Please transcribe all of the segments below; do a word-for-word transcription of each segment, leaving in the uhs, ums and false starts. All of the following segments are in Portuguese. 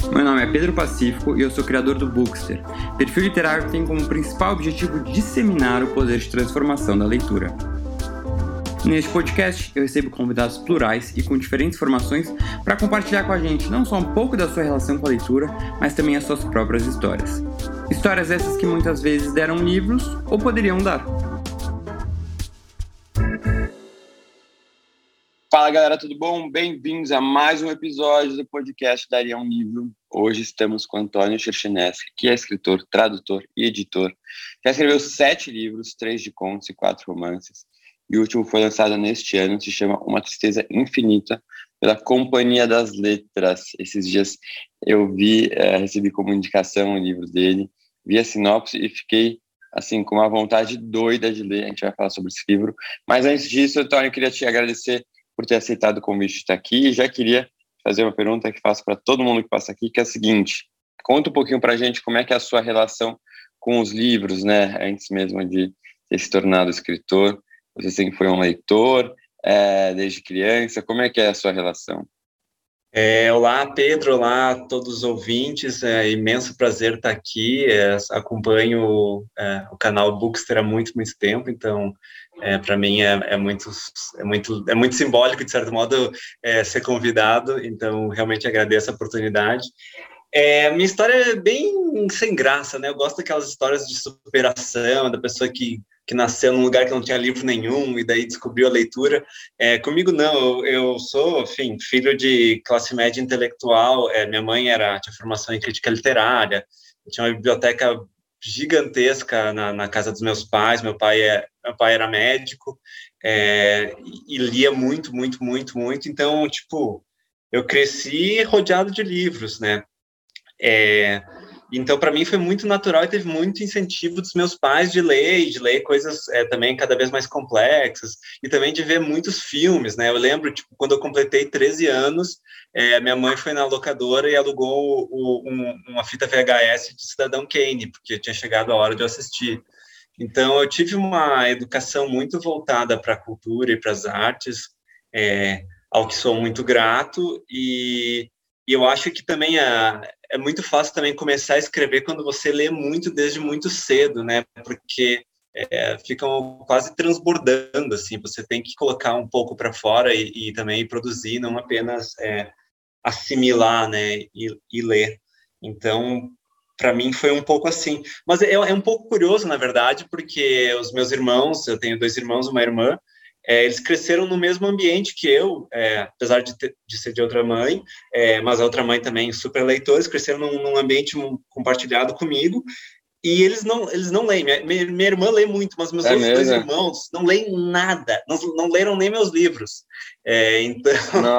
Meu nome é Pedro Pacífico e eu sou criador do Bookster, perfil literário que tem como principal objetivo disseminar o poder de transformação da leitura. Neste podcast, eu recebo convidados plurais e com diferentes formações para compartilhar com a gente não só um pouco da sua relação com a leitura, mas também as suas próprias histórias. Histórias essas que muitas vezes deram livros ou poderiam dar. Fala galera, tudo bom? Bem-vindos a mais um episódio do podcast Daria um Livro. Hoje estamos com Antônio Cherchenesky, que é escritor, tradutor e editor. Já escreveu sete livros, três de contos e quatro romances. E o último foi lançado neste ano, se chama Uma Tristeza Infinita, pela Companhia das Letras. Esses dias eu vi, é, recebi como indicação o livro dele, vi a sinopse e fiquei assim com uma vontade doida de ler. A gente vai falar sobre esse livro. Mas antes disso, Antônio, eu queria te agradecer por ter aceitado o convite de estar aqui. E já queria fazer uma pergunta que faço para todo mundo que passa aqui, que é a seguinte: conta um pouquinho para a gente como é que é a sua relação com os livros, né? Antes mesmo de ter se tornado escritor, você sempre foi um leitor, é, desde criança. Como é que é a sua relação? É, olá, Pedro, olá a todos os ouvintes, é imenso prazer estar aqui, é, acompanho é, o canal Bookster há muito, muito tempo, então é, para mim é, é, muito, é, muito, é muito simbólico, de certo modo, é, ser convidado, então realmente agradeço a oportunidade. É, minha história é bem sem graça, né? Eu gosto daquelas histórias de superação, da pessoa que, que nasceu num lugar que não tinha livro nenhum e daí descobriu a leitura. É, comigo não, eu, eu sou, enfim, filho de classe média intelectual. É, minha mãe era, tinha formação em crítica literária, tinha uma biblioteca gigantesca na, na casa dos meus pais. Meu pai, é, meu pai era médico, é, e, e lia muito, muito, muito, muito. Então, tipo, eu cresci rodeado de livros, né? É, então, para mim, foi muito natural e teve muito incentivo dos meus pais de ler, e de ler coisas é, também cada vez mais complexas, e também de ver muitos filmes, né? Eu lembro, tipo, quando eu completei treze anos, é, minha mãe foi na locadora e alugou o, um, uma fita V H S de Cidadão Kane, porque tinha chegado a hora de eu assistir. Então, eu tive uma educação muito voltada para a cultura e para as artes, é, ao que sou muito grato, e, e eu acho que também a, é muito fácil também começar a escrever quando você lê muito desde muito cedo, né? Porque é, ficam quase transbordando, assim, você tem que colocar um pouco para fora e, e também produzir, não apenas é, assimilar, né, e, e ler. Então, para mim foi um pouco assim, mas é, é um pouco curioso, na verdade, porque os meus irmãos, eu tenho dois irmãos, uma irmã, é, eles cresceram no mesmo ambiente que eu, é, apesar de, ter, de ser de outra mãe, é, mas a outra mãe também super leitores, cresceram num, num ambiente compartilhado comigo, e eles não, eles não leem. Minha, minha irmã lê muito, mas meus é outros mesmo? dois irmãos não leem nada, não, não leram nem meus livros. É, então...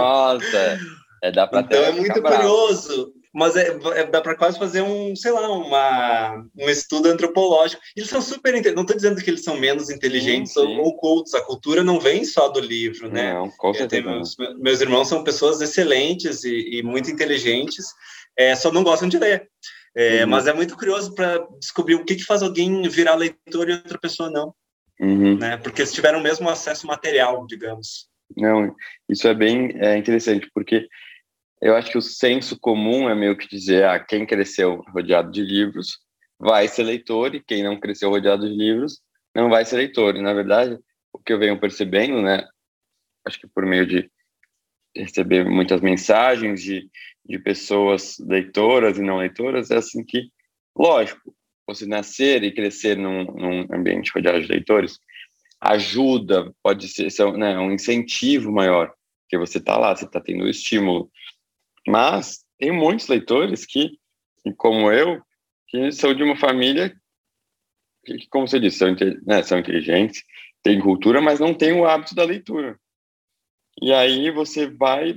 Nossa, é, dá pra então é muito curioso. Mas é, é, dá para quase fazer um, sei lá, uma, um estudo antropológico. Eles são super inteligentes. Não estou dizendo que eles são menos inteligentes sim, sim. Ou, ou cultos. A cultura não vem só do livro, né? Não, com certeza. Meus, meus irmãos são pessoas excelentes e, e muito inteligentes, é, só não gostam de ler. É, uhum. Mas é muito curioso para descobrir o que, que faz alguém virar leitor e outra pessoa não. Uhum. Né? Porque eles tiveram o mesmo acesso material, digamos. Não, isso é bem é, interessante, porque eu acho que o senso comum é meio que dizer, ah, quem cresceu rodeado de livros vai ser leitor, e quem não cresceu rodeado de livros não vai ser leitor. E, na verdade, o que eu venho percebendo, né, acho que por meio de receber muitas mensagens de, de pessoas leitoras e não leitoras, é assim que, lógico, você nascer e crescer num, num ambiente rodeado de leitores ajuda, pode ser, né, um incentivo maior, porque você está lá, você está tendo o estímulo. Mas tem muitos leitores que, como eu, que são de uma família que, como você disse, são, né, são inteligentes, têm cultura, mas não têm o hábito da leitura. E aí você vai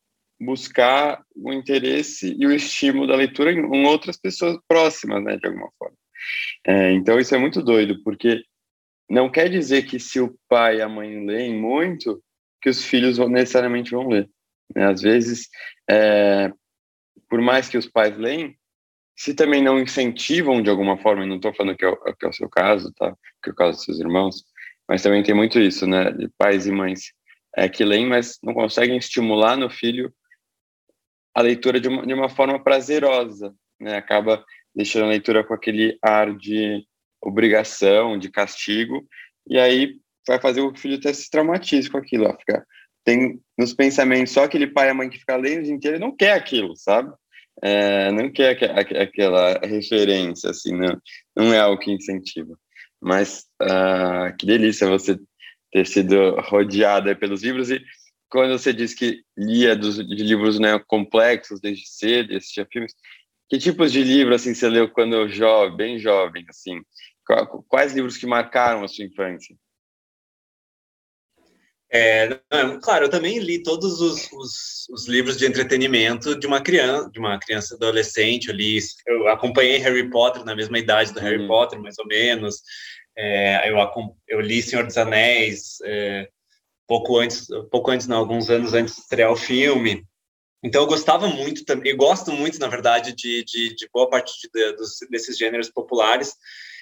buscar o interesse e o estímulo da leitura em, em outras pessoas próximas, né, de alguma forma. É, então isso é muito doido, porque não quer dizer que se o pai e a mãe leem muito, que os filhos vão, necessariamente vão ler. Às vezes, é, por mais que os pais leem, se também não incentivam de alguma forma, e não estou falando que é, o, que é o seu caso, tá? Que é o caso dos seus irmãos, mas também tem muito isso, né? De pais e mães é, que leem, mas não conseguem estimular no filho a leitura de uma, de uma forma prazerosa, né? Acaba deixando a leitura com aquele ar de obrigação, de castigo, e aí vai fazer o filho até se traumatize com aquilo, ó, ficar, tem nos pensamentos só aquele pai e a mãe que fica lendo o dia inteiro, não quer aquilo, sabe? É, não quer aqu- aquela referência, assim, não, não é algo que incentiva. Mas uh, que delícia você ter sido rodeada pelos livros. E quando você diz que lia dos, de livros, né, complexos desde cedo e assistia filmes, que tipos de livros assim, você leu quando jovem, bem jovem? Assim? Quais livros que marcaram a sua infância? É, não, claro, eu também li todos os, os, os livros de entretenimento de uma criança, de uma criança adolescente. Eu li, eu acompanhei Harry Potter na mesma idade do Harry uhum. Potter, mais ou menos. É, eu, eu li Senhor dos Anéis é, pouco antes, pouco antes, não, alguns anos antes de estrear o filme. Então eu gostava muito também, e gosto muito, na verdade, de, de, de boa parte de, de, dos, desses gêneros populares.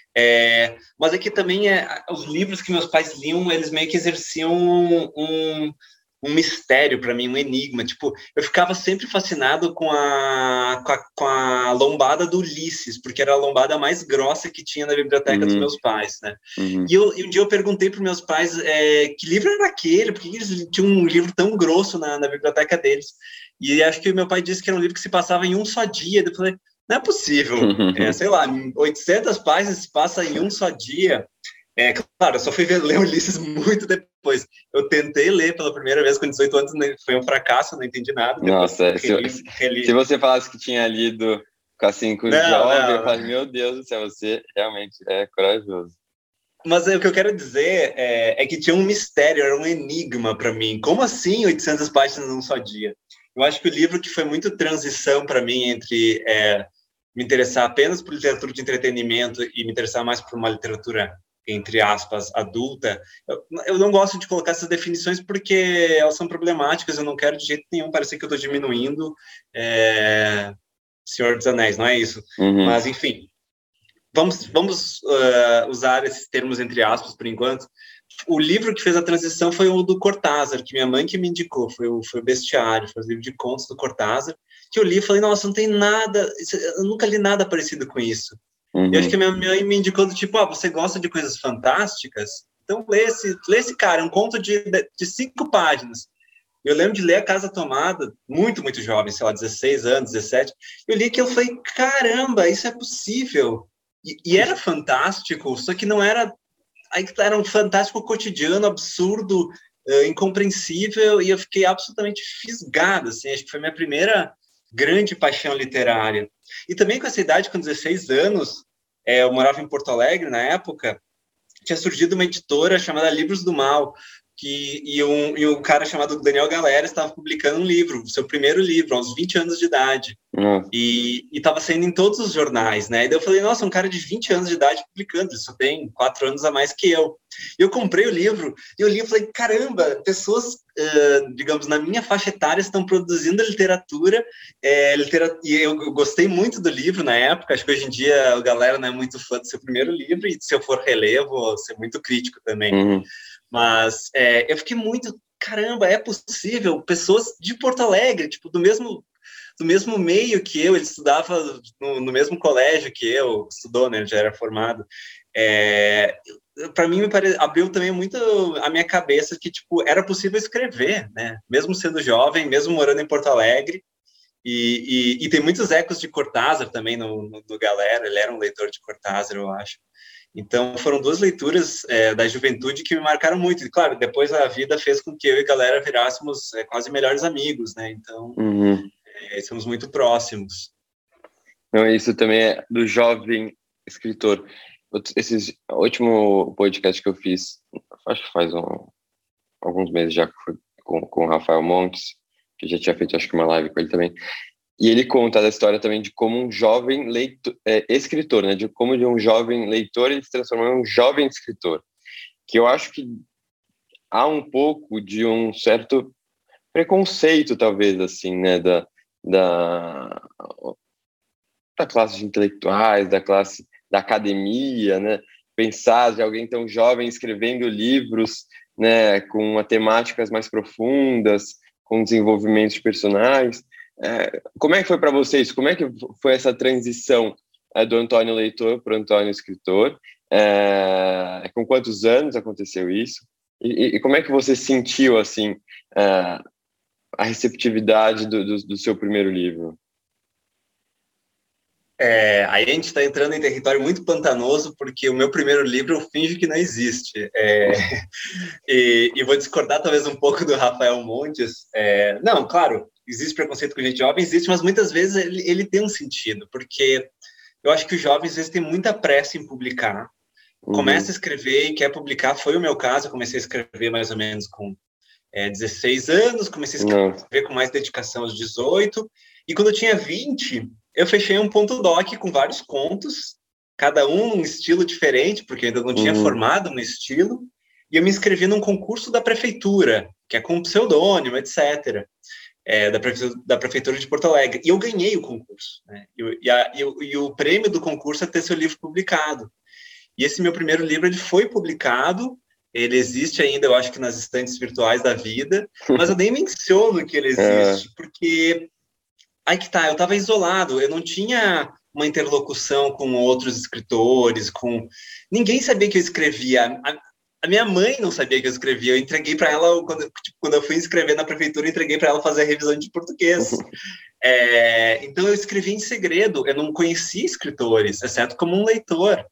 É, mas aqui também é, os livros que meus pais liam, eles meio que exerciam um, um, um mistério para mim, um enigma. Tipo, eu ficava sempre fascinado com a, com a, com a lombada do Ulisses, porque era a lombada mais grossa que tinha na biblioteca uhum. dos meus pais, né? Uhum. E, eu, e um dia eu perguntei para meus pais é, que livro era aquele, por que eles tinham um livro tão grosso na, na biblioteca deles? E acho que meu pai disse que era um livro que se passava em um só dia. Eu falei, não é possível, é, sei lá, oitocentas páginas se passa em um só dia. É, claro, eu só fui ver, ler Ulisses muito depois. Eu tentei ler pela primeira vez com dezoito anos, foi um fracasso, não entendi nada. Nossa, reli, se, reli. se você falasse que tinha lido assim, com os jovens, eu falei, meu Deus do céu, você realmente é corajoso. Mas é, o que eu quero dizer é, é que tinha um mistério, era um enigma para mim. Como assim oitocentas páginas num só dia? Eu acho que o livro que foi muito transição para mim entre é, me interessar apenas por literatura de entretenimento e me interessar mais por uma literatura, entre aspas, adulta. Eu, eu não gosto de colocar essas definições porque elas são problemáticas, eu não quero de jeito nenhum parecer que eu estou diminuindo é, Senhor dos Anéis, não é isso. Uhum. Mas, enfim, vamos, vamos uh, usar esses termos entre aspas por enquanto. O livro que fez a transição foi o do Cortázar, que minha mãe que me indicou, foi o, foi o Bestiário, foi o livro de contos do Cortázar, que eu li e falei, nossa, não tem nada, eu nunca li nada parecido com isso. Uhum. E acho que a minha mãe me indicou do tipo, ah, você gosta de coisas fantásticas? Então lê esse, lê esse cara, é um conto de, de cinco páginas. Eu lembro de ler A Casa Tomada, muito, muito jovem, sei lá, dezesseis anos, dezessete, eu li aquilo e falei, caramba, isso é possível. E, e era fantástico, só que não era... Aí era um fantástico cotidiano, absurdo, uh, incompreensível, e eu fiquei absolutamente fisgado, assim, acho que foi minha primeira grande paixão literária. E também com essa idade, com dezesseis anos, é, eu morava em Porto Alegre na época, tinha surgido uma editora chamada Livros do Mal, que, e, um, e um cara chamado Daniel Galera estava publicando um livro, seu primeiro livro, aos vinte anos de idade. Uhum. E estava saindo em todos os jornais, né? E daí eu falei, nossa, um cara de vinte anos de idade publicando, ele só tem quatro anos a mais que eu. E eu comprei o livro, e eu li e falei, caramba, pessoas, uh, digamos, na minha faixa etária estão produzindo literatura, é, literatura, e eu gostei muito do livro na época, acho que hoje em dia a galera não é muito fã do seu primeiro livro, e se eu for reler, eu vou ser muito crítico também. Uhum. Mas é, eu fiquei muito, caramba, é possível, pessoas de Porto Alegre, tipo, do mesmo, do mesmo meio que eu, ele estudava no, no mesmo colégio que eu, estudou, né, já era formado, é, para mim me pare... abriu também muito a minha cabeça que, tipo, era possível escrever, né, mesmo sendo jovem, mesmo morando em Porto Alegre, e, e, e tem muitos ecos de Cortázar também no, no, no Galera, ele era um leitor de Cortázar, eu acho. Então, foram duas leituras é, da juventude que me marcaram muito. E, claro, depois a vida fez com que eu e a galera virássemos é, quase melhores amigos, né? Então, uhum. é, somos muito próximos. Não, isso também é do jovem escritor. Esse último podcast que eu fiz, acho que faz um, alguns meses já, com, com o Rafael Montes, que já tinha feito, acho que uma live com ele também. E ele conta a história também de como um jovem leitor, é, escritor, né? De como de um jovem leitor ele se transformou em um jovem escritor. Que eu acho que há um pouco de um certo preconceito, talvez, assim, né? Da, da, da classe de intelectuais, da classe da academia, né? Pensar de alguém tão jovem escrevendo livros, né? Com temáticas mais profundas, com desenvolvimentos de personagens. é, como é que foi para vocês? Como é que foi essa transição é, do Antônio leitor para o Antônio escritor? É, com quantos anos aconteceu isso? E, e como é que você sentiu assim é, a receptividade do, do, do seu primeiro livro? É, aí a gente está entrando em território muito pantanoso, porque o meu primeiro livro eu finjo que não existe. É, e, e vou discordar talvez um pouco do Rafael Montes. É, não, claro, existe preconceito com gente jovem, existe, mas muitas vezes ele, ele tem um sentido, porque eu acho que os jovens às vezes têm muita pressa em publicar, uhum. começa a escrever e quer publicar. Foi o meu caso, eu comecei a escrever mais ou menos com é, dezesseis anos, comecei a escrever uhum. com mais dedicação aos dezoito, e quando eu tinha vinte... eu fechei um ponto doc com vários contos, cada um um estilo diferente, porque eu ainda não tinha uhum. formado no estilo, e eu me inscrevi num concurso da prefeitura, que é com pseudônimo, etcétera, é, da, prefe... da prefeitura de Porto Alegre, e eu ganhei o concurso, né? e, e, a, e, o, e o prêmio do concurso é ter seu livro publicado. E esse meu primeiro livro, ele foi publicado, ele existe ainda, eu acho que nas estantes virtuais da vida, mas eu nem menciono que ele existe, é. porque... aí que tá, eu estava isolado, eu não tinha uma interlocução com outros escritores, com... ninguém sabia que eu escrevia. A, a minha mãe não sabia que eu escrevia, eu entreguei para ela, quando, tipo, quando eu fui escrever na prefeitura, eu entreguei para ela fazer a revisão de português. É, então eu escrevi em segredo, eu não conhecia escritores, exceto como um leitor.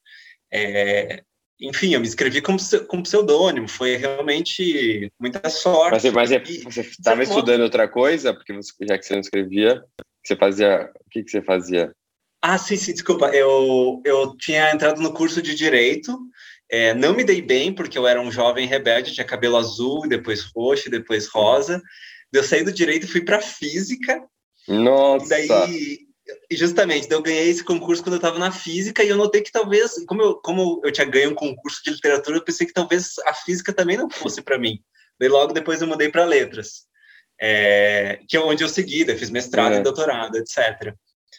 É, enfim, eu me inscrevi como, como pseudônimo, foi realmente muita sorte. Mas, mas e, você estava estudando modo... outra coisa? Porque você, já que você não escrevia, você fazia, o que, que você fazia? Ah, sim, sim, desculpa. Eu, eu tinha entrado no curso de Direito, é, não me dei bem, porque eu era um jovem rebelde, tinha cabelo azul, depois roxo, depois rosa. Eu saí do Direito e fui para Física. Nossa! E daí... justamente, eu ganhei esse concurso quando eu estava na física, e eu notei que talvez, como eu, como eu tinha ganho um concurso de literatura, eu pensei que talvez a física também não fosse para mim. Daí logo depois eu mudei para letras, é, que é onde eu segui, eu fiz mestrado é. e doutorado, etcétera.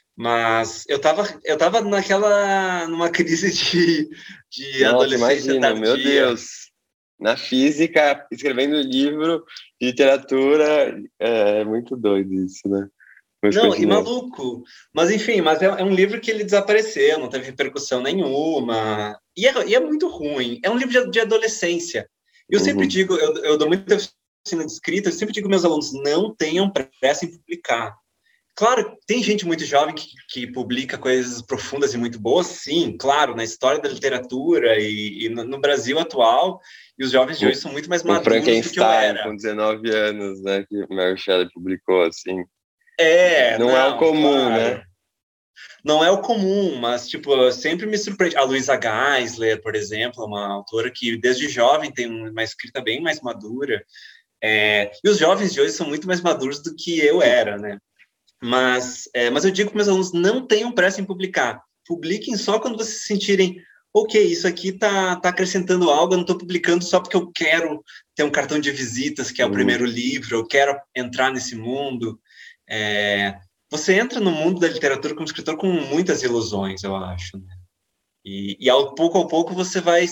Mas eu estava eu tava naquela, numa crise de, de Nossa, adolescência imagina, tardia. Meu Deus, na física, escrevendo livro de literatura, é muito doido isso, né? Mas não, continua. E maluco. Mas, enfim, mas é, é um livro que ele desapareceu, não teve repercussão nenhuma. E é, e é muito ruim. É um livro de, de adolescência. Eu uhum. sempre digo, eu, eu dou muita oficina de escrita, eu sempre digo aos meus alunos, não tenham pressa em publicar. Claro, tem gente muito jovem que, que publica coisas profundas e muito boas, sim, claro, na história da literatura e, e no, no Brasil atual, e os jovens de hoje são muito mais maduros do que eu era. Com dezenove anos, né, que o Mary Shelley publicou, assim. É, não, não é o comum, claro. né? Não é o comum, mas, tipo, sempre me surpreende. A Luisa Geisler, por exemplo, uma autora que desde jovem tem uma escrita bem mais madura. É, e os jovens de hoje são muito mais maduros do que eu era, né? Mas, é, mas eu digo para meus alunos, não tenham pressa em publicar. Publiquem só quando vocês se sentirem, ok, isso aqui tá, tá acrescentando algo, eu não estou publicando só porque eu quero ter um cartão de visitas, que é o uhum. primeiro livro, eu quero entrar nesse mundo. É, você entra no mundo da literatura como escritor com muitas ilusões, eu acho. Né? E, e ao pouco a pouco você vai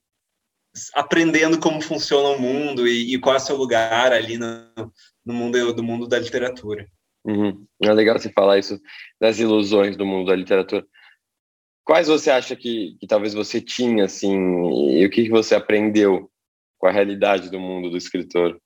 aprendendo como funciona o mundo e, e qual é o seu lugar ali no, no mundo, do mundo da literatura. Uhum. É legal você falar isso das ilusões do mundo da literatura. Quais você acha que, que talvez você tinha, assim, e o que, que você aprendeu com a realidade do mundo do escritor?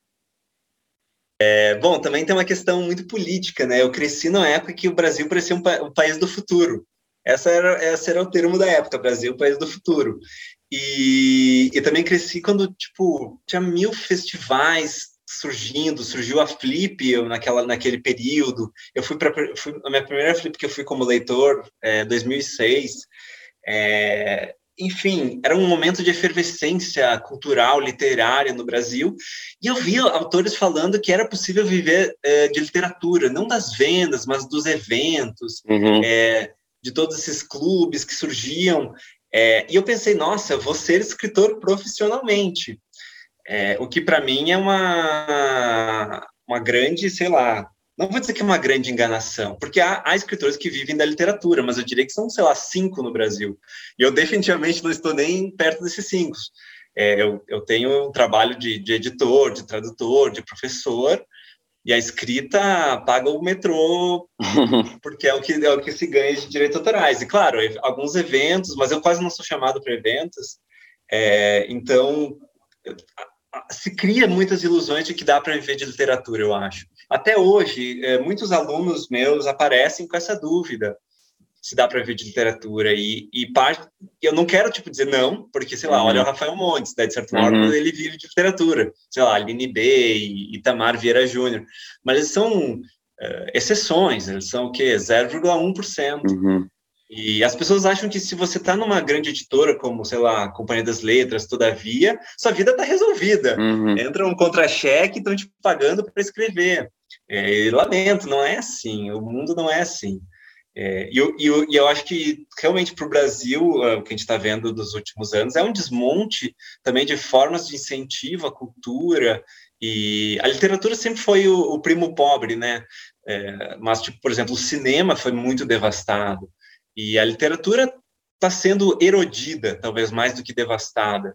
É, bom, também tem uma questão muito política, né? Eu cresci numa época que o Brasil parecia um, pa- um país do futuro. Essa era, esse era o termo da época, Brasil, país do futuro. E, e também cresci quando, tipo, tinha mil festivais surgindo, surgiu a Flip eu, naquela, naquele período. Eu fui para a minha primeira Flip que eu fui como leitor, é, dois mil e seis. É, enfim, era um momento de efervescência cultural, literária no Brasil, e eu via autores falando que era possível viver é, de literatura, não das vendas, mas dos eventos, uhum. é, de todos esses clubes que surgiam, é, e eu pensei, nossa, eu vou ser escritor profissionalmente, é, o que para mim é uma, uma grande, sei lá, não vou dizer que é uma grande enganação, porque há, há escritores que vivem da literatura, mas eu diria que são, sei lá, cinco no Brasil. E eu definitivamente não estou nem perto desses cinco. É, eu, eu tenho um trabalho de, de editor, de tradutor, de professor, E a escrita paga o metrô, porque é o que, é o que se ganha de direitos autorais. E, claro, alguns eventos, mas eu quase não sou chamado para eventos, é, então se cria muitas ilusões de que dá para viver de literatura, eu acho. Até hoje, é, muitos alunos meus aparecem com essa dúvida, se dá para viver de literatura, e, e parte, eu não quero, tipo, dizer não, porque, sei lá, uhum. olha o Rafael Montes, né, de certo modo, uhum. ele vive de literatura, sei lá, Aline B, e Itamar Vieira Júnior, mas eles são uh, exceções, eles são o quê? zero vírgula um por cento. Uhum. E as pessoas acham que se você está numa grande editora, como, sei lá, Companhia das Letras, Todavia, sua vida está resolvida. Uhum. Entra um contra-cheque e estão te pagando para escrever. É, lamento, não é assim, o mundo não é assim. É, e, eu, e, eu, e eu acho que, realmente, para o Brasil, uh, o que a gente está vendo nos últimos anos é um desmonte também de formas de incentivo à cultura, e a literatura sempre foi o, o primo pobre, né? É, mas, tipo, por exemplo, o cinema foi muito devastado, e a literatura está sendo erodida, talvez mais do que devastada,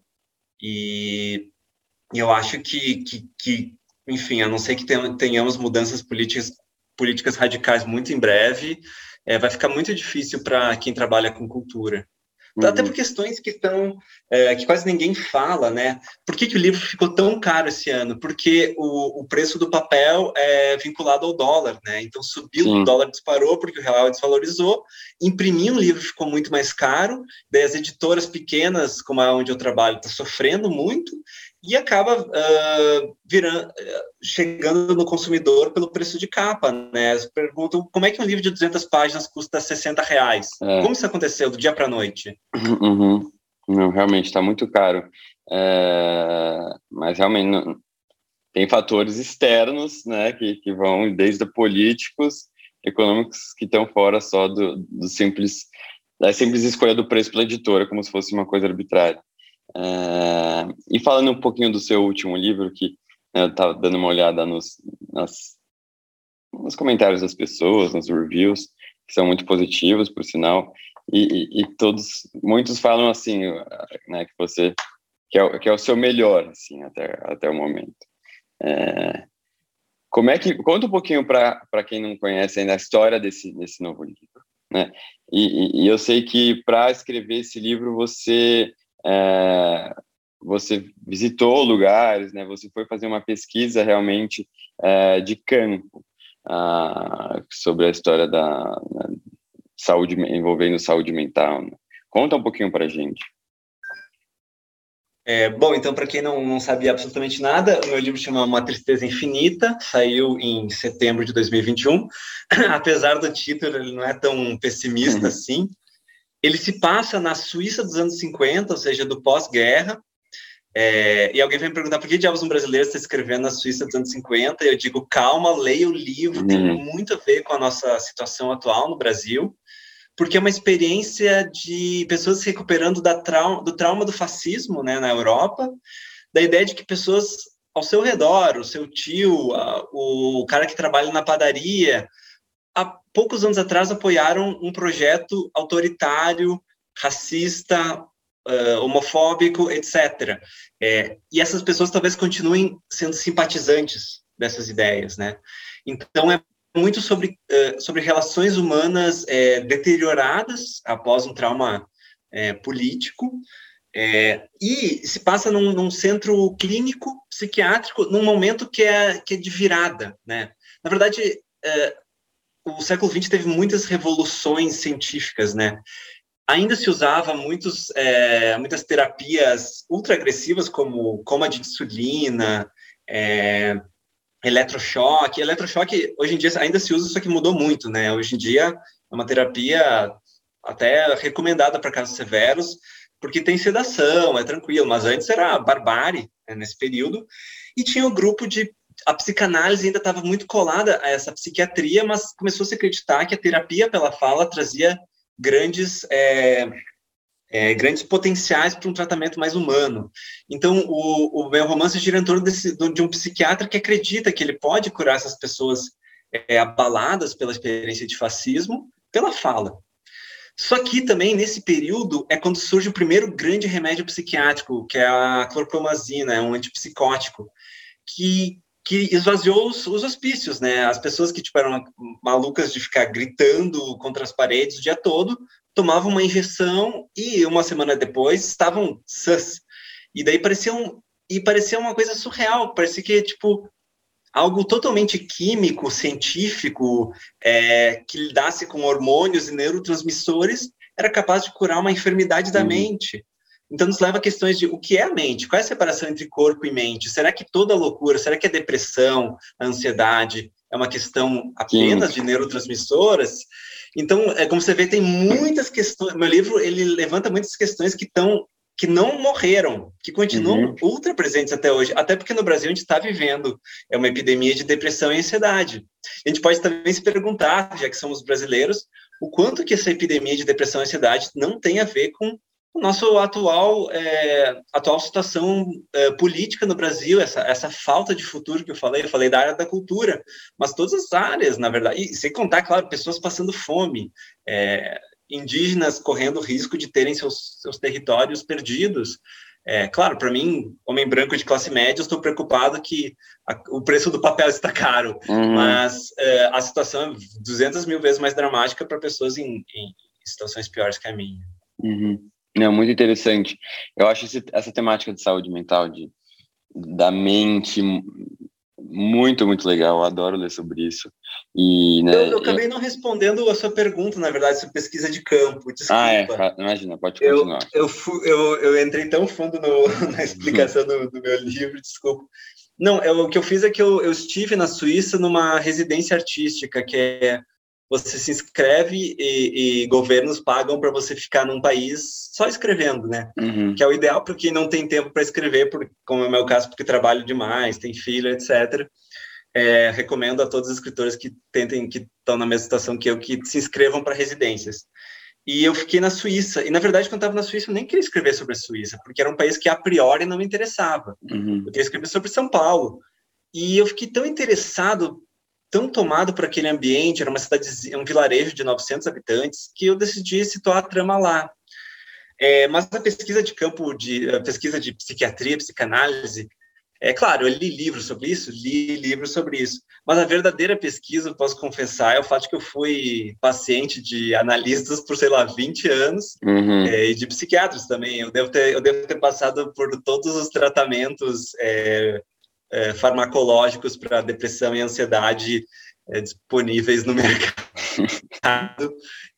e, e eu acho que, que, que, enfim, a não ser que tenhamos mudanças políticas, políticas radicais muito em breve, É, vai ficar muito difícil para quem trabalha com cultura. Uhum. Até por questões que estão, é, que quase ninguém fala, né? Por que, que o livro ficou tão caro esse ano? Porque o, o preço do papel é vinculado ao dólar, né? Então subiu, Sim. o dólar disparou porque o real desvalorizou, imprimir um livro ficou muito mais caro, daí as editoras pequenas, como a onde eu trabalho, está sofrendo muito, e acaba uh, virando, uh, chegando no consumidor pelo preço de capa, né? Eles perguntam como é que um livro de duzentas páginas custa sessenta reais? É. Como isso aconteceu do dia para a noite? Uhum. Não, realmente está muito caro. É... Mas realmente não... tem fatores externos, né, que, que vão desde políticos, econômicos, que estão fora só do, do simples, da simples escolha do preço pela editora, como se fosse uma coisa arbitrária. É, e falando um pouquinho do seu último livro, que né, eu estava dando uma olhada nos, nas, nos comentários das pessoas, nos reviews, que são muito positivos, por sinal, e, e, e todos, muitos falam assim, né, que você, que é, que é o seu melhor, assim, até, até o momento. É, como é que, conta um pouquinho para quem não conhece ainda a história desse, desse novo livro, né, e, e, e eu sei que para escrever esse livro você É, você visitou lugares, né? Você foi fazer uma pesquisa realmente é, de campo ah, sobre a história da né, saúde, envolvendo saúde mental. Né? Conta um pouquinho para a gente. É, bom, então, para quem não, não sabia absolutamente nada, o meu livro chama Uma Tristeza Infinita, saiu em setembro de dois mil e vinte e um. Apesar do título, ele não é tão pessimista assim. Ele se passa na Suíça dos anos cinquenta, ou seja, do pós-guerra, é, e alguém vai me perguntar por que diabos um brasileiro está escrevendo na Suíça dos anos cinquenta, e eu digo, calma, leia o livro, uhum. tem muito a ver com a nossa situação atual no Brasil, porque é uma experiência de pessoas se recuperando da trau- do trauma do fascismo, né, na Europa, da ideia de que pessoas ao seu redor, o seu tio, a, o cara que trabalha na padaria, há poucos anos atrás apoiaram um projeto autoritário, racista, uh, homofóbico, etcétera. É, e essas pessoas talvez continuem sendo simpatizantes dessas ideias, né? Então, é muito sobre, uh, sobre relações humanas é, deterioradas após um trauma é, político, é, e se passa num, num centro clínico, psiquiátrico, num momento que é, que é de virada, né? Na verdade, é, o século vinte teve muitas revoluções científicas, né? Ainda se usava muitos, é, muitas terapias ultra-agressivas, como coma de insulina, é, eletrochoque. Eletrochoque, hoje em dia, ainda se usa, só que mudou muito, né? Hoje em dia, é uma terapia até recomendada para casos severos, porque tem sedação, é tranquilo, mas antes era barbárie, né, nesse período. E tinha o grupo de a psicanálise ainda estava muito colada a essa psiquiatria, mas começou a se acreditar que a terapia pela fala trazia grandes, é, é, grandes potenciais para um tratamento mais humano. Então, o, o meu romance gira em torno desse, de um psiquiatra que acredita que ele pode curar essas pessoas é, abaladas pela experiência de fascismo pela fala. Só que também, nesse período, é quando surge o primeiro grande remédio psiquiátrico, que é a clorpromazina, é um antipsicótico, que que esvaziou os, os hospícios, né? As pessoas que tipo, eram malucas de ficar gritando contra as paredes o dia todo, tomavam uma injeção e uma semana depois estavam sãs. E daí parecia, um, e parecia uma coisa surreal, parecia que, tipo, algo totalmente químico, científico, é, que lidasse com hormônios e neurotransmissores, era capaz de curar uma enfermidade da uhum. mente. Então, nos leva a questões de o que é a mente, qual é a separação entre corpo e mente? Será que toda loucura, será que a depressão, a ansiedade é uma questão apenas Sim. de neurotransmissoras? Então, é, como você vê, tem muitas questões. Meu livro, ele levanta muitas questões que estão que não morreram, que continuam uhum. ultra presentes até hoje, até porque no Brasil a gente está vivendo é uma epidemia de depressão e ansiedade. A gente pode também se perguntar, já que somos brasileiros, o quanto que essa epidemia de depressão e ansiedade não tem a ver com o nosso atual, é, atual situação é, política no Brasil, essa, essa falta de futuro que eu falei, eu falei da área da cultura, mas todas as áreas, na verdade, e sem contar, claro, pessoas passando fome, é, indígenas correndo risco de terem seus, seus territórios perdidos. É, claro, para mim, homem branco de classe média, eu estou preocupado que a, o preço do papel está caro, uhum. mas é, a situação é duzentas mil vezes mais dramática para pessoas em, em situações piores que a minha. Uhum. Não, muito interessante. Eu acho esse, essa temática de saúde mental, de, da mente, muito, muito legal. Eu adoro ler sobre isso. E, né, eu, eu acabei eu... não respondendo a sua pergunta, na verdade, sobre pesquisa de campo. Desculpa. Ah, é. Imagina, pode continuar. Eu, eu, fui, eu, eu entrei tão fundo no, na explicação do, do meu livro, desculpa. Não, eu, o que eu fiz é que eu, eu estive na Suíça numa residência artística, que é você se inscreve e, e governos pagam para você ficar num país só escrevendo, né? Uhum. Que é o ideal para quem não tem tempo para escrever, porque, como é o meu caso, porque trabalho demais, tem filho, etcétera. É, recomendo a todos os escritores que tentem, que estão na mesma situação que eu, que se inscrevam para residências. E eu fiquei na Suíça. E, na verdade, quando eu estava na Suíça, eu nem queria escrever sobre a Suíça, porque era um país que, a priori, não me interessava. Uhum. Eu queria escrever sobre São Paulo. E eu fiquei tão interessado, tão tomado por aquele ambiente, era uma cidade, um vilarejo de novecentos habitantes, que eu decidi situar a trama lá. É, mas a pesquisa de campo, de, a pesquisa de psiquiatria, psicanálise, é claro, eu li livros sobre isso, li livros sobre isso, mas a verdadeira pesquisa, posso confessar, é o fato de que eu fui paciente de analistas por, sei lá, vinte anos, uhum. é, e de psiquiatras também. Eu devo ter, eu devo ter passado por todos os tratamentos é, é, farmacológicos para depressão e ansiedade é, disponíveis no mercado.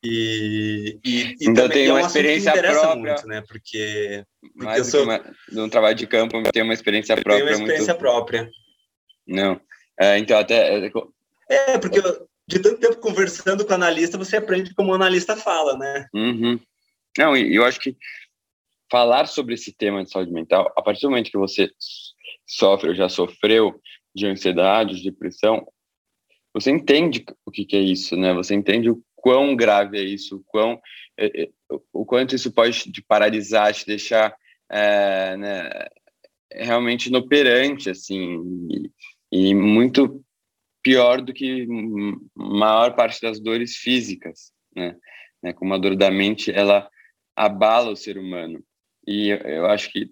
E, e, e então também tem é uma um experiência própria, muito, né? Porque, porque mais eu sou num trabalho de campo, tem uma experiência própria. Tem uma experiência muito... própria. Não, é, então até é porque eu, de tanto tempo conversando com o analista, você aprende como o analista fala, né? Uhum. Não, e eu acho que falar sobre esse tema de saúde mental, a partir do momento que você sofre ou já sofreu de ansiedade, de depressão, você entende o que, que é isso, né? Você entende o quão grave é isso, o, quão, é, é, o quanto isso pode te paralisar, te deixar é, né, realmente inoperante, assim, e, e muito pior do que a maior parte das dores físicas, né? né? Como a dor da mente, ela abala o ser humano. E eu, eu acho que,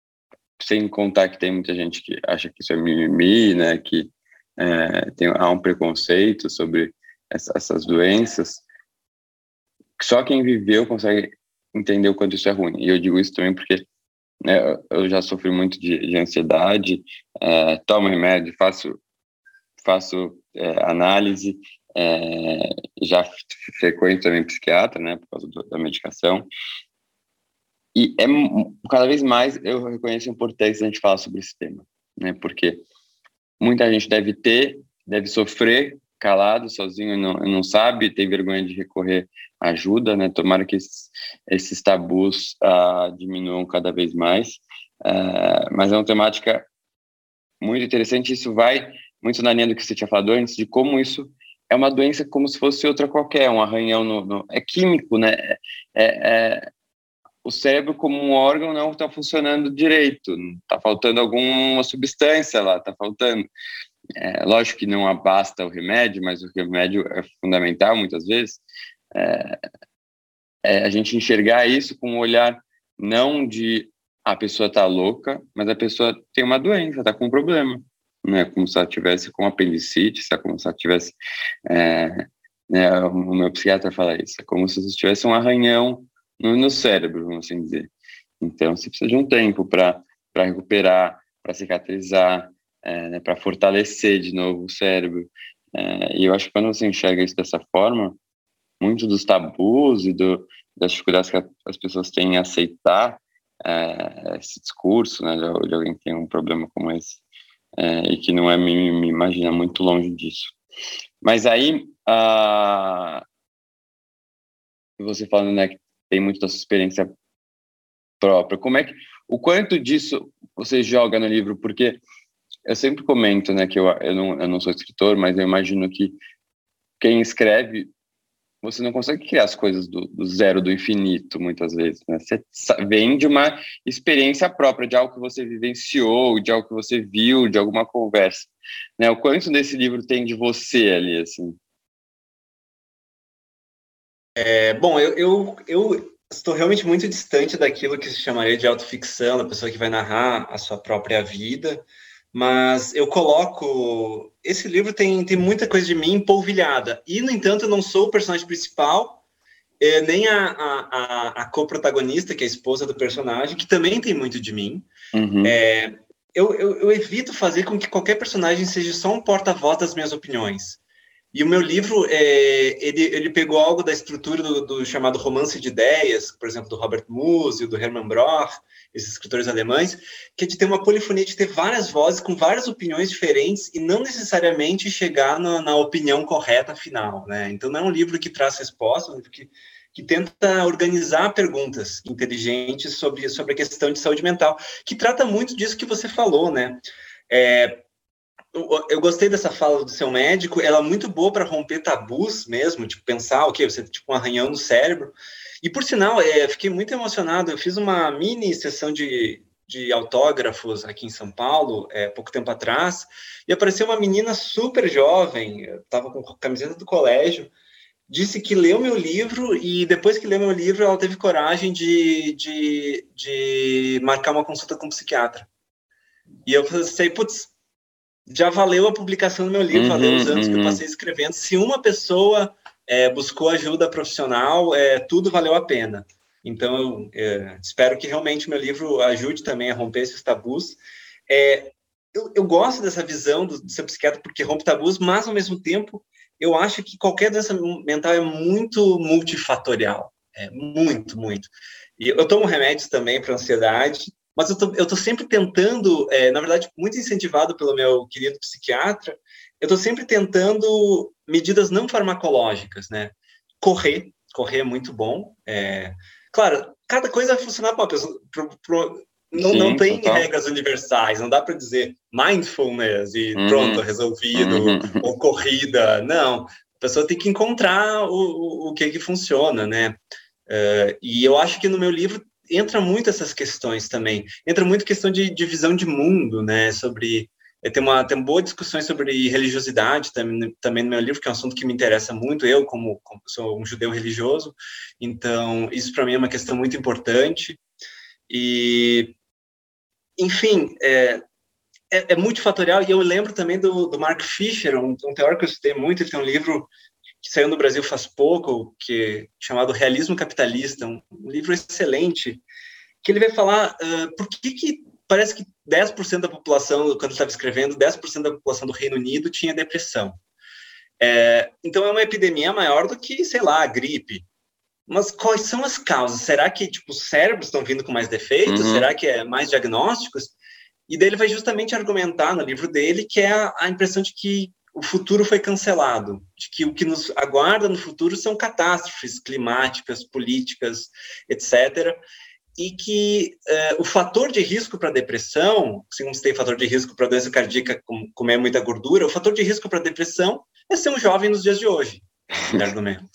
sem contar que tem muita gente que acha que isso é mimimi, né? Que é, tem, há um preconceito sobre essa, essas doenças. Só quem viveu consegue entender o quanto isso é ruim. E eu digo isso também porque né, eu já sofri muito de, de ansiedade, é, tomo remédio, faço, faço é, análise, é, já frequento também psiquiatra, né, por causa do, da medicação. E é, cada vez mais eu reconheço a importância de a gente falar sobre esse tema, né, porque muita gente deve ter, deve sofrer calado, sozinho, não, não sabe, tem vergonha de recorrer à ajuda, né? Tomara que esses, esses tabus uh, diminuam cada vez mais. Uh, mas é uma temática muito interessante. Isso vai muito na linha do que você tinha falado antes, de como isso é uma doença como se fosse outra qualquer, um arranhão no... no é químico, né? É, é, o cérebro como um órgão não está funcionando direito, está faltando alguma substância lá, está faltando. É, lógico que não basta o remédio, mas o remédio é fundamental muitas vezes. É, é a gente enxergar isso com um olhar não de a pessoa está louca, mas a pessoa tem uma doença, está com um problema, né, como se ela tivesse com apendicite, é como se ela tivesse, é, né, o meu psiquiatra fala isso, é como se você tivesse um arranhão no, no cérebro, vamos assim dizer. Então, você precisa de um tempo para para recuperar, para cicatrizar, é, né, para fortalecer de novo o cérebro. É, e eu acho que quando você enxerga isso dessa forma, muito dos tabus e do, das dificuldades que as pessoas têm em aceitar é, esse discurso, né, de, de alguém que tem um problema como esse, é, e que não é, me, me imagina, muito longe disso. Mas aí, a... você falando, né, que tem muito da sua experiência própria, como é que, o quanto disso você joga no livro? Porque eu sempre comento, né, que eu, eu, não, eu não sou escritor, mas eu imagino que quem escreve, você não consegue criar as coisas do, do zero, do infinito, muitas vezes, né? Você vem de uma experiência própria, de algo que você vivenciou, de algo que você viu, de alguma conversa, né? O quanto desse livro tem de você ali, assim? É, bom, eu, eu, eu estou realmente muito distante daquilo que se chamaria de autoficção, da pessoa que vai narrar a sua própria vida, mas eu coloco... Esse livro tem, tem muita coisa de mim polvilhada, e, no entanto, eu não sou o personagem principal, é, nem a, a, a, a co-protagonista, que é a esposa do personagem, que também tem muito de mim. Uhum. É, eu, eu, eu evito fazer com que qualquer personagem seja só um porta-voz das minhas opiniões. E o meu livro, é, ele, ele pegou algo da estrutura do, do chamado romance de ideias, por exemplo, do Robert Musil, do Hermann Broch, esses escritores alemães, que é de ter uma polifonia, de ter várias vozes com várias opiniões diferentes e não necessariamente chegar na, na opinião correta final, né? Então, não é um livro que traz respostas, é um livro que, que tenta organizar perguntas inteligentes sobre, sobre a questão de saúde mental, que trata muito disso que você falou, né? É, eu gostei dessa fala do seu médico, ela é muito boa para romper tabus mesmo, tipo, pensar, ok, você tem tipo um arranhão no cérebro. E, por sinal, é, fiquei muito emocionado, eu fiz uma mini sessão de, de autógrafos aqui em São Paulo, é, pouco tempo atrás, e apareceu uma menina super jovem, estava com a camiseta do colégio, disse que leu meu livro, e depois que leu meu livro, ela teve coragem de, de, de marcar uma consulta com um psiquiatra. E eu pensei, putz, já valeu a publicação do meu livro, uhum, valeu os anos uhum. que eu passei escrevendo. Se uma pessoa é, buscou ajuda profissional, é, tudo valeu a pena. Então, eu é, espero que realmente meu livro ajude também a romper esses tabus. É, eu, eu gosto dessa visão do, do seu psiquiatra porque rompe tabus, mas, ao mesmo tempo, eu acho que qualquer doença mental é muito multifatorial. É muito, muito. E eu tomo remédios também para ansiedade, mas eu tô, eu tô sempre tentando, é, na verdade, muito incentivado pelo meu querido psiquiatra, eu tô sempre tentando medidas não farmacológicas, né? Correr, correr é muito bom. É, claro, cada coisa vai funcionar para uma pessoa. Pro, pro, não, Sim, não tem total. regras universais, não dá para dizer mindfulness e uhum. pronto, resolvido, uhum. ou corrida. Não, a pessoa tem que encontrar o, o, o que que funciona, né? Uh, e eu acho que no meu livro entra muito essas questões também. Entra muito questão de, de visão de mundo, né? Sobre... Tem, uma, tem boas discussões sobre religiosidade também, também no meu livro, que é um assunto que me interessa muito. Eu, como, como sou um judeu religioso, então isso para mim é uma questão muito importante. E, enfim, é, é, é multifatorial. E eu lembro também do, do Mark Fisher, um, um teórico que eu estudei muito. Ele tem um livro que saiu no Brasil faz pouco, que chamado Realismo Capitalista, um, um livro excelente, que ele vai falar uh, por que, que parece que dez por cento da população, quando ele estava escrevendo, dez por cento da população do Reino Unido tinha depressão. É, então é uma epidemia maior do que, sei lá, a gripe. Mas quais são as causas? Será que tipo, os cérebros estão vindo com mais defeitos? Uhum. Será que é mais diagnósticos? E daí ele vai justamente argumentar no livro dele que é a, a impressão de que o futuro foi cancelado, de que o que nos aguarda no futuro são catástrofes climáticas, políticas, etcétera, e que uh, o fator de risco para depressão, assim como você tem fator de risco para doença cardíaca, como comer muita gordura, o fator de risco para depressão é ser um jovem nos dias de hoje, no argumento.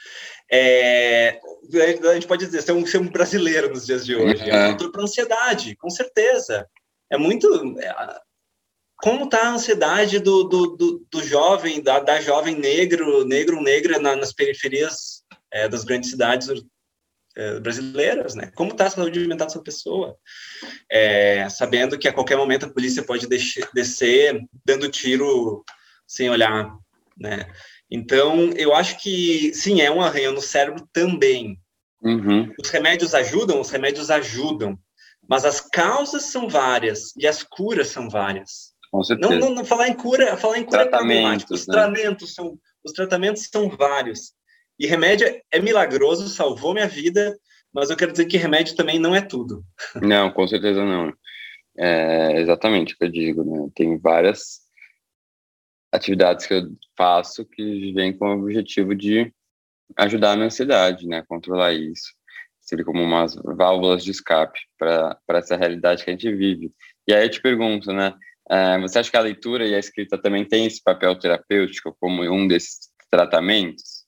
É, a gente pode dizer, ser um, ser um brasileiro nos dias de hoje, é um fator para ansiedade, com certeza. É muito... É, como está a ansiedade do, do, do, do jovem, da, da jovem negro, negro, negra na, nas periferias é, das grandes cidades é, brasileiras, né? Como está a saúde mental dessa pessoa? É, sabendo que a qualquer momento a polícia pode descer, descer dando tiro sem olhar, né? Então, eu acho que, sim, é um arranhão no cérebro também. Uhum. Os remédios ajudam? Os remédios ajudam. Mas as causas são várias e as curas são várias. Com certeza. Não, não, não falar em cura, falar em cura é problemático. Os, né? tratamentos são, os tratamentos são vários. E remédio é milagroso, salvou minha vida, mas eu quero dizer que remédio também não é tudo. Não, com certeza não. É exatamente o que eu digo, né? Tem várias atividades que eu faço que vêm com o objetivo de ajudar a minha ansiedade, né? Controlar isso. Seria como umas válvulas de escape para essa realidade que a gente vive. E aí eu te pergunto, né? Uh, você acha que a leitura e a escrita também tem esse papel terapêutico como um desses tratamentos?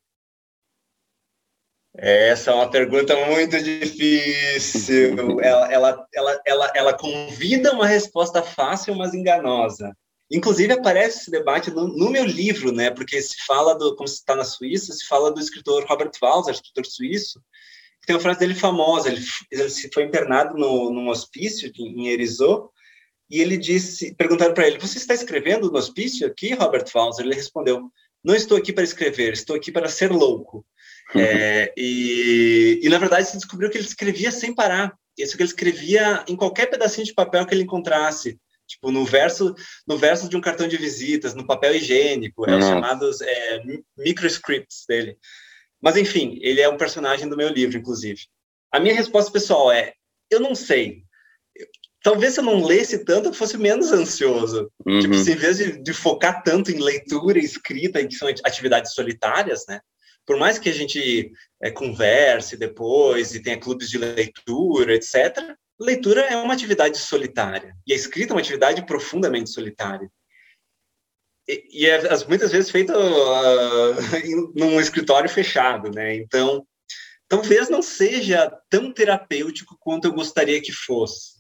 Essa é uma pergunta muito difícil. ela, ela, ela, ela, ela convida uma resposta fácil, mas enganosa. Inclusive, aparece esse debate no, no meu livro, né? Porque se fala do, como se está na Suíça, se fala do escritor Robert Walser, escritor suíço, que tem uma frase dele famosa. Ele, ele foi internado no, num hospício em Herisau, e ele disse, perguntaram para ele: você está escrevendo no hospício aqui, Robert Walser? Ele respondeu: não estou aqui para escrever, estou aqui para ser louco. É, e, e, na verdade, se descobriu que ele escrevia sem parar. Isso que ele escrevia em qualquer pedacinho de papel que ele encontrasse. Tipo, no verso, no verso de um cartão de visitas, no papel higiênico, é, os chamados é, microscripts dele. Mas, enfim, ele é um personagem do meu livro, inclusive. A minha resposta, pessoal, é: eu não sei. Talvez se eu não lesse tanto, eu fosse menos ansioso. Uhum. Tipo, se, em vez de, de focar tanto em leitura e escrita, que são atividades solitárias, né? Por mais que a gente é, converse depois e tenha clubes de leitura, etcétera, leitura é uma atividade solitária. E a escrita é uma atividade profundamente solitária. E, e é muitas vezes feita uh, em, num escritório fechado, né? Então, talvez não seja tão terapêutico quanto eu gostaria que fosse.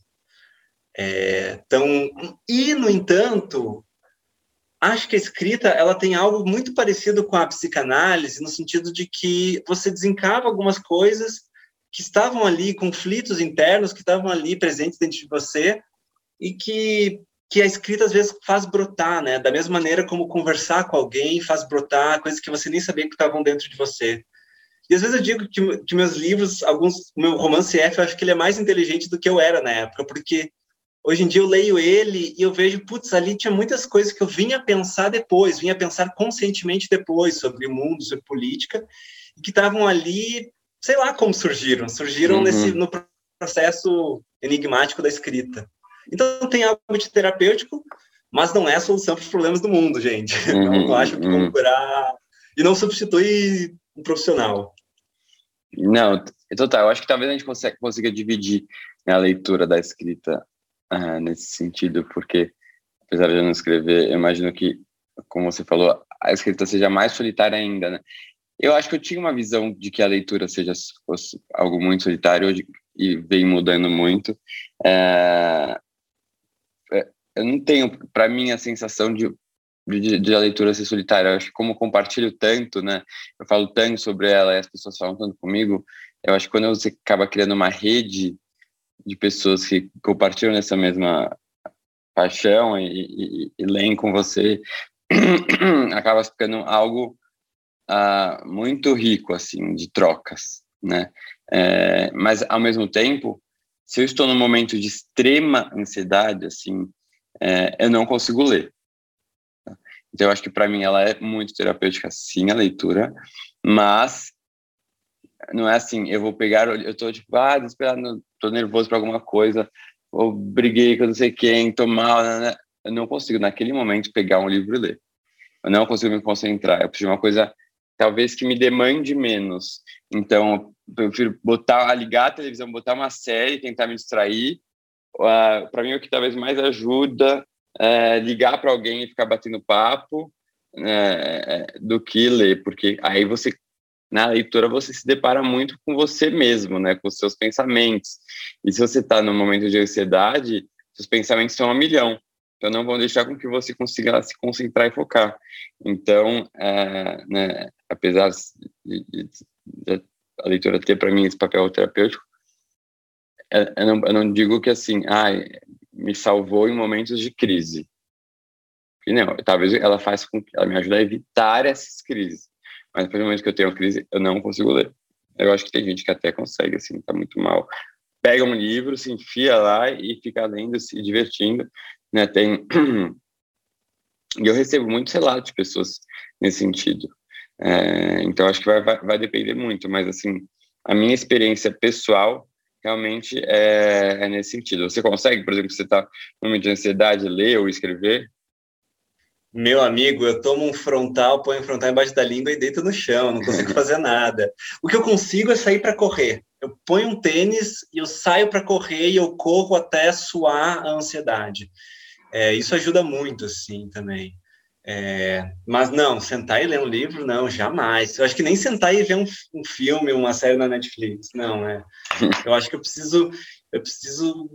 É, então, e, no entanto, acho que a escrita ela tem algo muito parecido com a psicanálise, no sentido de que você desencava algumas coisas que estavam ali, conflitos internos que estavam ali presentes dentro de você, e que, que a escrita às vezes faz brotar, né? Da mesma maneira como conversar com alguém faz brotar coisas que você nem sabia que estavam dentro de você. E às vezes eu digo que, que meus livros, alguns, meu romance F, eu acho que ele é mais inteligente do que eu era na época, porque hoje em dia eu leio ele e eu vejo, putz, ali tinha muitas coisas que eu vinha pensar depois, vinha pensar conscientemente depois sobre o mundo, sobre política, e que estavam ali, sei lá como surgiram, surgiram uhum. nesse, no processo enigmático da escrita. Então tem algo de terapêutico, mas não é a solução para os problemas do mundo, gente. Uhum. Não, não acho que vamos curar, e não substitui um profissional. Não, total, eu acho que talvez a gente consiga, consiga dividir, né, a leitura da escrita Uh, nesse sentido, porque apesar de eu não escrever, eu imagino que, como você falou, a escrita seja mais solitária ainda, né? Eu acho que eu tinha uma visão de que a leitura seja fosse algo muito solitário hoje, e vem mudando muito. Uh, eu não tenho, para mim, a sensação de, de, de a leitura ser solitária. Eu acho que como eu compartilho tanto, né? Eu falo tanto sobre ela e as pessoas falam tanto comigo, eu acho que quando você acaba criando uma rede de pessoas que compartilham essa mesma paixão e, e, e leem com você, acaba ficando algo uh, muito rico, assim, de trocas, né? É, mas, ao mesmo tempo, se eu estou num momento de extrema ansiedade, assim, é, eu não consigo ler. Então, eu acho que, para mim, ela é muito terapêutica, sim, a leitura, mas não é assim, eu vou pegar, eu tô tipo, ah, desesperado, tô nervoso pra alguma coisa, ou briguei com não sei quem, tô mal, né? Eu não consigo, naquele momento, pegar um livro e ler. Eu não consigo me concentrar, eu preciso de uma coisa, talvez, que me demande menos. Então, eu prefiro botar, ligar a televisão, botar uma série, tentar me distrair. Uh, para mim, o que talvez mais ajuda é ligar para alguém e ficar batendo papo, né, do que ler, porque aí você, na leitura, você se depara muito com você mesmo, né, com os seus pensamentos. E se você está num momento de ansiedade, seus pensamentos são a milhão. Então, não vão deixar com que você consiga se concentrar e focar. Então, é, né, apesar de, de, de a leitura ter para mim esse papel terapêutico, eu não, eu não digo que assim, ah, me salvou em momentos de crise. E não, talvez ela faça com que ela me ajude a evitar essas crises. Mas no momento que eu tenho crise, eu não consigo ler. Eu acho que tem gente que até consegue, assim, tá muito mal. Pega um livro, se enfia lá e fica lendo, se divertindo, né? Tem... E eu recebo muitos relatos de pessoas nesse sentido. É, então, acho que vai, vai, vai depender muito. Mas, assim, a minha experiência pessoal realmente é, é nesse sentido. Você consegue, por exemplo, você está num momento de ansiedade, ler ou escrever? Meu amigo, eu tomo um frontal, ponho um frontal embaixo da língua e deito no chão, não consigo fazer nada. O que eu consigo é sair para correr. Eu ponho um tênis e eu saio para correr e eu corro até suar a ansiedade. É, isso ajuda muito, assim, também. É, mas não, sentar e ler um livro, não, jamais. Eu acho que nem sentar e ver um, um filme, uma série na Netflix, não, é. Eu acho que eu preciso, eu preciso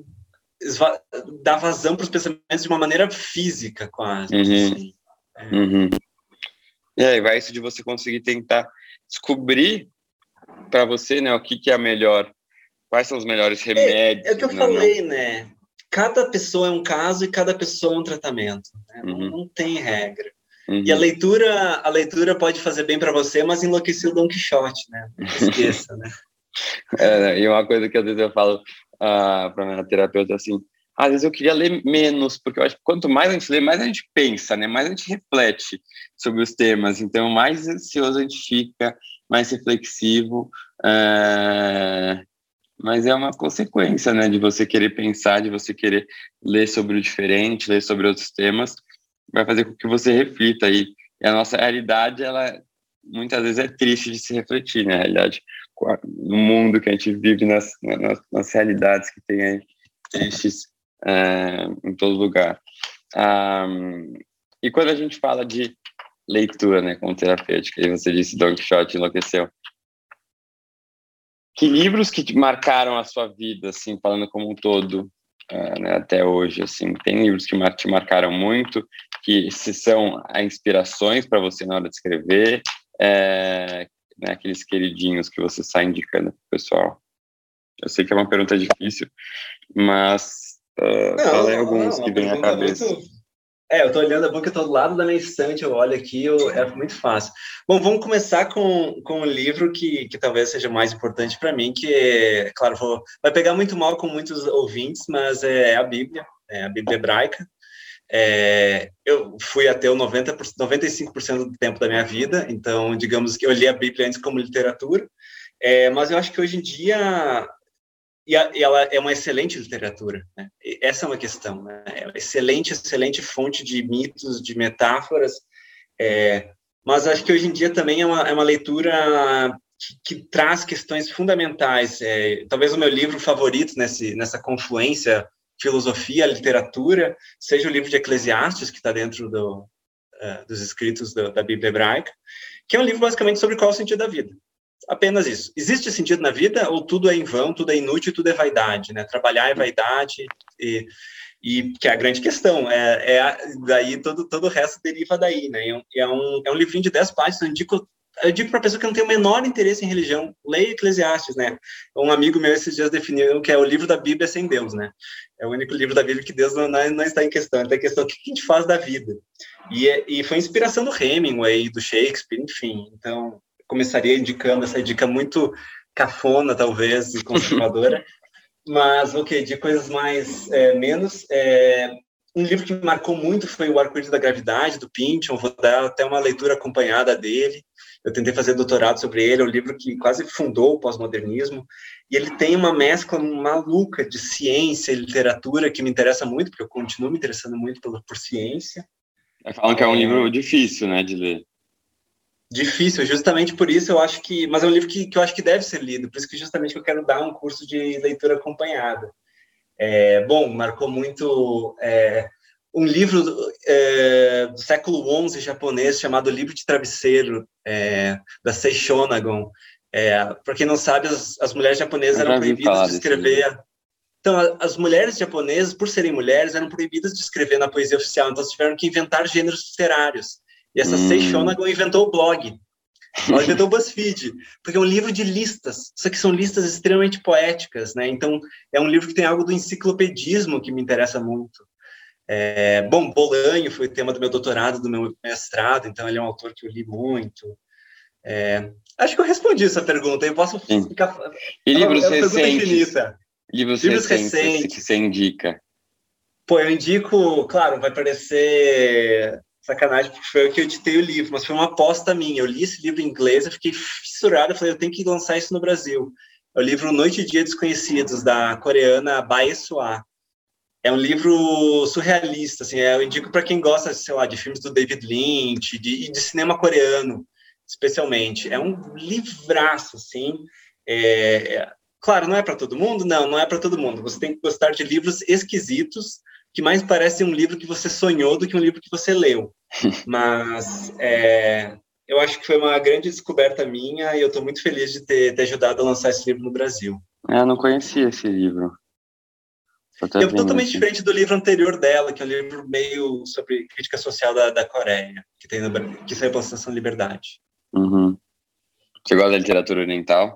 dar vazão para os pensamentos de uma maneira física, quase. Uhum. Assim. É. Uhum. E aí vai isso de você conseguir tentar descobrir para você, né, o que, que é melhor, quais são os melhores remédios. É, é o que eu não, falei, não. né? Cada pessoa é um caso e cada pessoa é um tratamento. Né? Uhum. Não, não tem regra. Uhum. E a leitura, a leitura pode fazer bem para você, mas enlouquecer o Don Quixote, né? Não esqueça, né? É, e uma coisa que às vezes eu falo uh, para minha terapeuta assim, às vezes eu queria ler menos, porque eu acho que quanto mais a gente lê, mais a gente pensa, né? Mais a gente reflete sobre os temas, então mais ansioso a gente fica, mais reflexivo, uh, mas é uma consequência, né? De você querer pensar, de você querer ler sobre o diferente, ler sobre outros temas, vai fazer com que você reflita, e, e a nossa realidade, ela muitas vezes é triste de se refletir, né? A realidade, no mundo que a gente vive, nas, nas, nas realidades que tem aí, tristes é, em todo lugar. Um, e quando a gente fala de leitura, né, como terapêutica, e você disse Don Quixote enlouqueceu, que livros que te marcaram a sua vida, assim, falando como um todo, uh, né, até hoje, assim, tem livros que te marcaram muito, que se são inspirações para você na hora de escrever, é, né, aqueles queridinhos que você sai indicando para o pessoal? Eu sei que é uma pergunta difícil, mas uh, não, falei alguns não, que vêm à cabeça. Muito... É, eu estou olhando a book, eu estou do lado da minha estante, eu olho aqui, eu... é muito fácil. Bom, vamos começar com, com um livro que, que talvez seja mais importante para mim, que, é, claro, vou, vai pegar muito mal com muitos ouvintes, mas é a Bíblia, é a Bíblia hebraica. É, eu fui ateu noventa por cento, noventa e cinco por cento do tempo da minha vida, então, digamos que eu li a Bíblia antes como literatura, é, mas eu acho que hoje em dia, e, a, e ela é uma excelente literatura, né? Essa é uma questão, né? É uma excelente, excelente fonte de mitos, de metáforas, é, mas acho que hoje em dia também é uma, é uma leitura que, que traz questões fundamentais, é, talvez o meu livro favorito nesse, nessa confluência filosofia, literatura, seja o livro de Eclesiastes, que está dentro do, uh, dos escritos do, da Bíblia hebraica, que é um livro basicamente sobre qual é o sentido da vida. Apenas isso. Existe sentido na vida ou tudo é em vão, tudo é inútil, tudo é vaidade, né? Trabalhar é vaidade, e, e que é a grande questão. É, é daí todo, todo o resto deriva daí, né? É um, é um, é um livrinho de dez páginas, eu indico Eu digo para a pessoa que não tem o menor interesse em religião, leia Eclesiastes, né? Um amigo meu esses dias definiu que é o livro da Bíblia sem Deus, né? É o único livro da Bíblia que Deus não, não está em questão, está em questão o que a gente faz da vida. E, é, e foi inspiração do Hemingway, do Shakespeare, enfim. Então, eu começaria indicando essa dica muito cafona, talvez, e conservadora, mas, ok, de coisas mais, é, menos... É, um livro que me marcou muito foi o Arco-Íris da Gravidade, do Pynchon, vou dar até uma leitura acompanhada dele. Eu tentei fazer doutorado sobre ele, é um livro que quase fundou o pós-modernismo, e ele tem uma mescla maluca de ciência e literatura que me interessa muito, porque eu continuo me interessando muito por, por ciência. Falam que é um é... livro difícil, né, de ler. Difícil, justamente por isso eu acho que... Mas é um livro que, que eu acho que deve ser lido, por isso que justamente eu quero dar um curso de leitura acompanhada. É, bom, marcou muito é, um livro é, do século onze japonês chamado Livro de Travesseiro, é, da Sei Shonagon. É, para quem não sabe, as, as mulheres japonesas eram proibidas de escrever... Então, as mulheres japonesas, por serem mulheres, eram proibidas de escrever na poesia oficial, então tiveram que inventar gêneros literários. E essa hum. Sei Shonagon inventou o blog. Ela inventou o BuzzFeed, porque é um livro de listas, só que são listas extremamente poéticas, né? Então, é um livro que tem algo do enciclopedismo que me interessa muito. É, bom, Bolanho foi o tema do meu doutorado, do meu mestrado, então ele é um autor que eu li muito. É, acho que eu respondi essa pergunta, eu posso Sim. ficar... E livros é uma pergunta recentes? infinita. Livros, Livros recentes, recentes que você indica? Pô, eu indico, claro, vai parecer sacanagem, porque foi eu que editei o livro, mas foi uma aposta minha. Eu li esse livro em inglês, eu fiquei fissurado, eu falei, eu tenho que lançar isso no Brasil. É o livro Noite e Dia Desconhecidos, da coreana Bae Suah. É um livro surrealista, assim, eu indico para quem gosta, sei lá, de filmes do David Lynch de, e de cinema coreano, especialmente. É um livraço, assim. É, é, claro, não é para todo mundo? Não, não é para todo mundo. Você tem que gostar de livros esquisitos, que mais parece um livro que você sonhou do que um livro que você leu. Mas é, eu acho que foi uma grande descoberta minha e eu estou muito feliz de ter, ter ajudado a lançar esse livro no Brasil. Eu não conhecia esse livro. É totalmente aqui. Diferente do livro anterior dela, que é um livro meio sobre crítica social da, da Coreia, que, tem no, que saiu pela Estação Liberdade. Uhum. Você gosta da literatura oriental?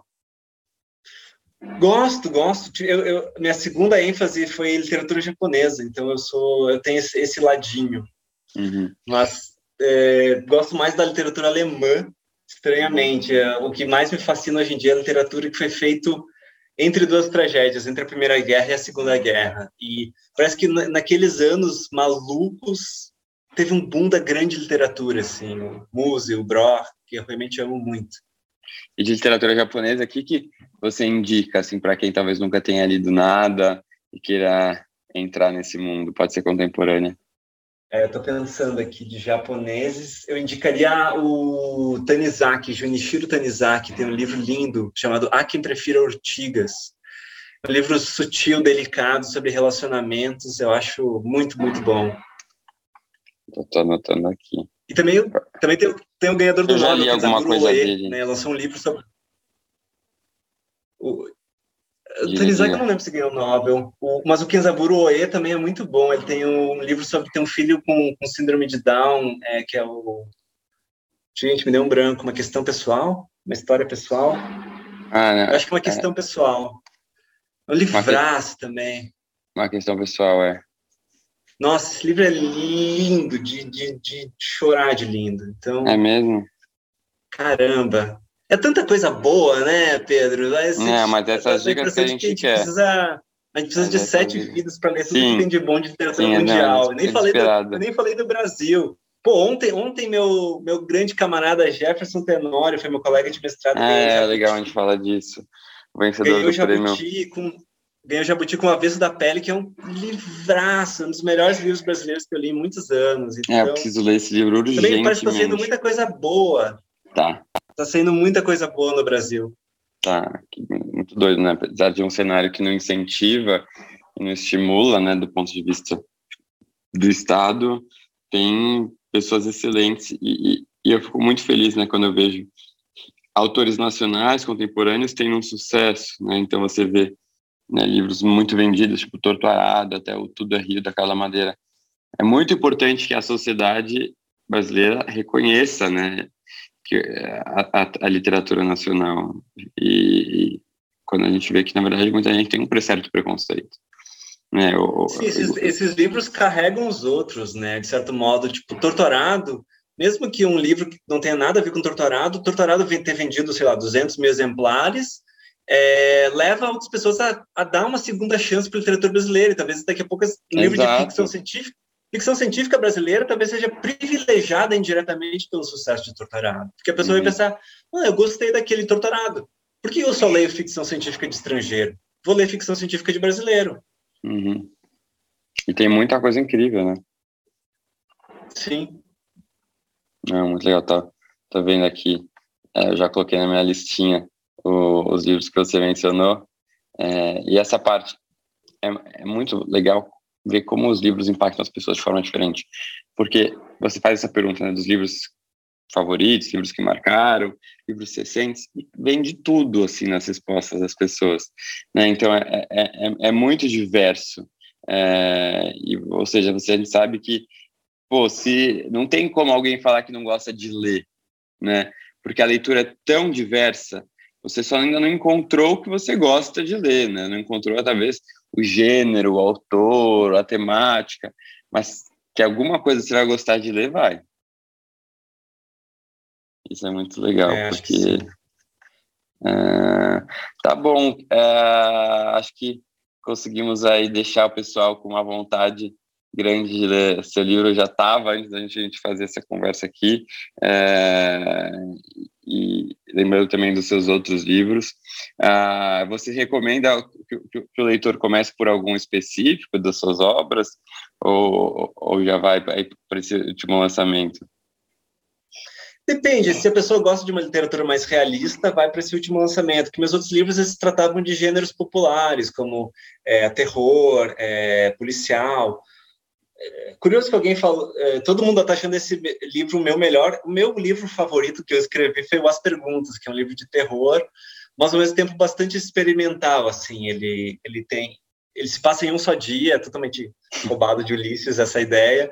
Gosto, gosto. Eu, eu, minha segunda ênfase foi literatura japonesa, então eu sou, eu tenho esse, esse ladinho. Uhum. Mas é, gosto mais da literatura alemã, estranhamente. É, o que mais me fascina hoje em dia é a literatura que foi feito entre duas tragédias, entre a Primeira Guerra e a Segunda Guerra. E parece que na, naqueles anos malucos teve um boom da grande literatura, assim, o Muse, o Broch, que eu realmente amo muito. E de literatura japonesa, o que, que você indica, assim, para quem talvez nunca tenha lido nada e queira entrar nesse mundo? Pode ser contemporânea. É, eu estou pensando aqui de japoneses, eu indicaria o Tanizaki, Junichiro Tanizaki, tem um livro lindo chamado Há Quem Prefira Ortigas. É um livro sutil, delicado, sobre relacionamentos, eu acho muito, muito bom. Estou anotando aqui. E também, também tem, tem o ganhador do eu já Nobel, li alguma coisa Oe, dele. né? Lançou um livro sobre... O, o Tanizaki, eu não lembro se ganhou o Nobel, o, mas o Kenzaburo Oe também é muito bom. Ele tem um livro sobre ter um filho com, com síndrome de Down, é, que é o... Gente, me deu um branco, uma questão pessoal, uma história pessoal. Ah, não. Eu acho que é uma questão é. pessoal. Um livraço que... também. Uma questão pessoal, é. Nossa, esse livro é lindo, de, de, de chorar de lindo. Então, é mesmo? Caramba. É tanta coisa boa, né, Pedro? Mas, é, mas essas dicas que a gente, que a gente quer. Precisa, a gente precisa mas de sete dicas. vidas para ler tudo sim, que tem de bom de literatura sim, mundial. Não, eu, nem falei do, eu nem falei do Brasil. Pô, ontem, ontem meu, meu grande camarada Jefferson Tenório foi meu colega de mestrado. Ah, é legal a gente falar disso. O vencedor ganhou do Jabuti prêmio. Com, ganhou Jabuti com o Avesso da Pele, que é um livraço, um dos melhores livros brasileiros que eu li em muitos anos. Então, é, eu preciso ler esse livro urgentemente. Também parece que está saindo muita coisa boa. Tá. Está saindo muita coisa boa no Brasil. Tá, muito doido, né? Apesar de um cenário que não incentiva e não estimula, né, do ponto de vista do Estado, tem pessoas excelentes e, e, e eu fico muito feliz, né, quando eu vejo autores nacionais, contemporâneos tendo um sucesso, né? Então você vê, né, livros muito vendidos, tipo Torto Arado, até o Tudo é Rio, da Carla Madeira. É muito importante que a sociedade brasileira reconheça, né, que a, a, a literatura nacional. E, e quando a gente vê que, na verdade, muita gente tem um certo preconceito. Né? O, Sim, esses, o, esses livros carregam os outros, né? De certo modo, tipo, Torturado, mesmo que um livro que não tenha nada a ver com Torturado, Torturado ter vendido, sei lá, duzentos mil exemplares, é, leva outras pessoas a, a dar uma segunda chance para a literatura brasileira, e talvez daqui a pouco um livro de ficção científica ficção científica brasileira talvez seja privilegiada indiretamente pelo sucesso de Torturado. Porque a pessoa uhum. vai pensar, ah, eu gostei daquele Torturado. Por que eu só leio ficção científica de estrangeiro? Vou ler ficção científica de brasileiro. Uhum. E tem muita coisa incrível, né? Sim. Não, muito legal. Tá, tá vendo aqui, é, eu já coloquei na minha listinha o, os livros que você mencionou. É, e essa parte é, é muito legal ver como os livros impactam as pessoas de forma diferente. Porque você faz essa pergunta, né, dos livros favoritos, livros que marcaram, livros recentes, e vem de tudo, assim, nas respostas das pessoas. Né? Então, é, é, é muito diverso. É, e, ou seja, você a gente sabe que, pô, se, não tem como alguém falar que não gosta de ler, né? porque a leitura é tão diversa, você só ainda não encontrou o que você gosta de ler, né? Não encontrou, talvez, o gênero, o autor, a temática, mas que alguma coisa você vai gostar de ler, vai. Isso é muito legal, É, acho que porque... sim. Uh, tá bom, uh, acho que conseguimos aí deixar o pessoal com uma vontade grande de ler seu livro. Eu já estava antes da gente, a gente fazer essa conversa aqui, uh, e lembrando também dos seus outros livros. Uh, você recomenda que, que o leitor comece por algum específico das suas obras, ou, ou já vai para esse último lançamento? Depende, se a pessoa gosta de uma literatura mais realista, vai para esse último lançamento, que meus outros livros eles tratavam de gêneros populares, como é, terror, é, policial. É, curioso que alguém falou, é, todo mundo está achando esse livro o meu melhor. O meu livro favorito que eu escrevi foi o As Perguntas, que é um livro de terror, mas ao mesmo tempo bastante experimental, assim, ele, ele tem... Ele se passa em um só dia, é totalmente roubado de Ulisses, essa ideia.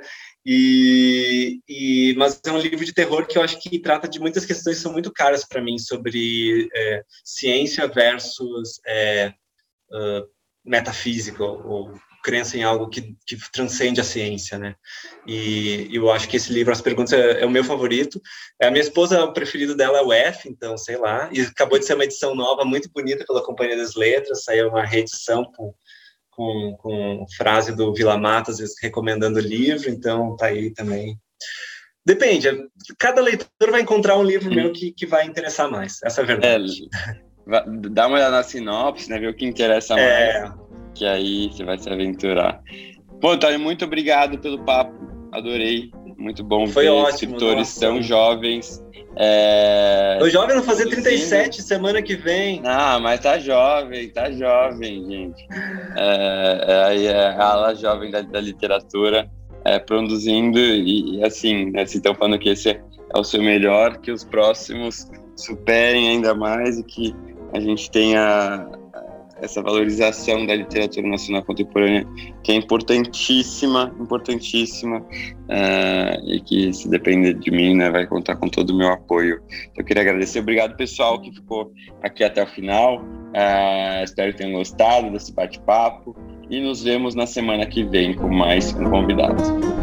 E, e, mas é um livro de terror que eu acho que trata de muitas questões que são muito caras para mim, sobre é, ciência versus é, uh, metafísica, ou, ou crença em algo que, que transcende a ciência, né? E eu acho que esse livro, As Perguntas, é, é o meu favorito. A minha esposa, o preferido dela é o F, então, sei lá. E acabou de ser uma edição nova, muito bonita, pela Companhia das Letras, saiu uma reedição com Com, com frase do Vila Matas recomendando o livro, então tá aí também. Depende, cada leitor vai encontrar um livro meu que, que vai interessar mais, essa é a verdade. É, dá uma olhada na sinopse, né, ver o que interessa mais, é. Que aí você vai se aventurar. Pô, Antônio, muito obrigado pelo papo, adorei, muito bom. Foi ver ótimo, escritores nossa. tão jovens. É... O jovem vai fazer trinta e sete semana que vem. Ah, mas tá jovem, tá jovem, gente. É, é, é a ala jovem da, da literatura é, produzindo e, e assim, né, se estão falando que esse é, é o seu melhor, que os próximos superem ainda mais e que a gente tenha essa valorização da literatura nacional contemporânea, que é importantíssima, importantíssima, uh, e que, se depender de mim, né, vai contar com todo o meu apoio. Eu queria agradecer, obrigado pessoal que ficou aqui até o final, uh, espero que tenham gostado desse bate-papo, e nos vemos na semana que vem com mais um convidado.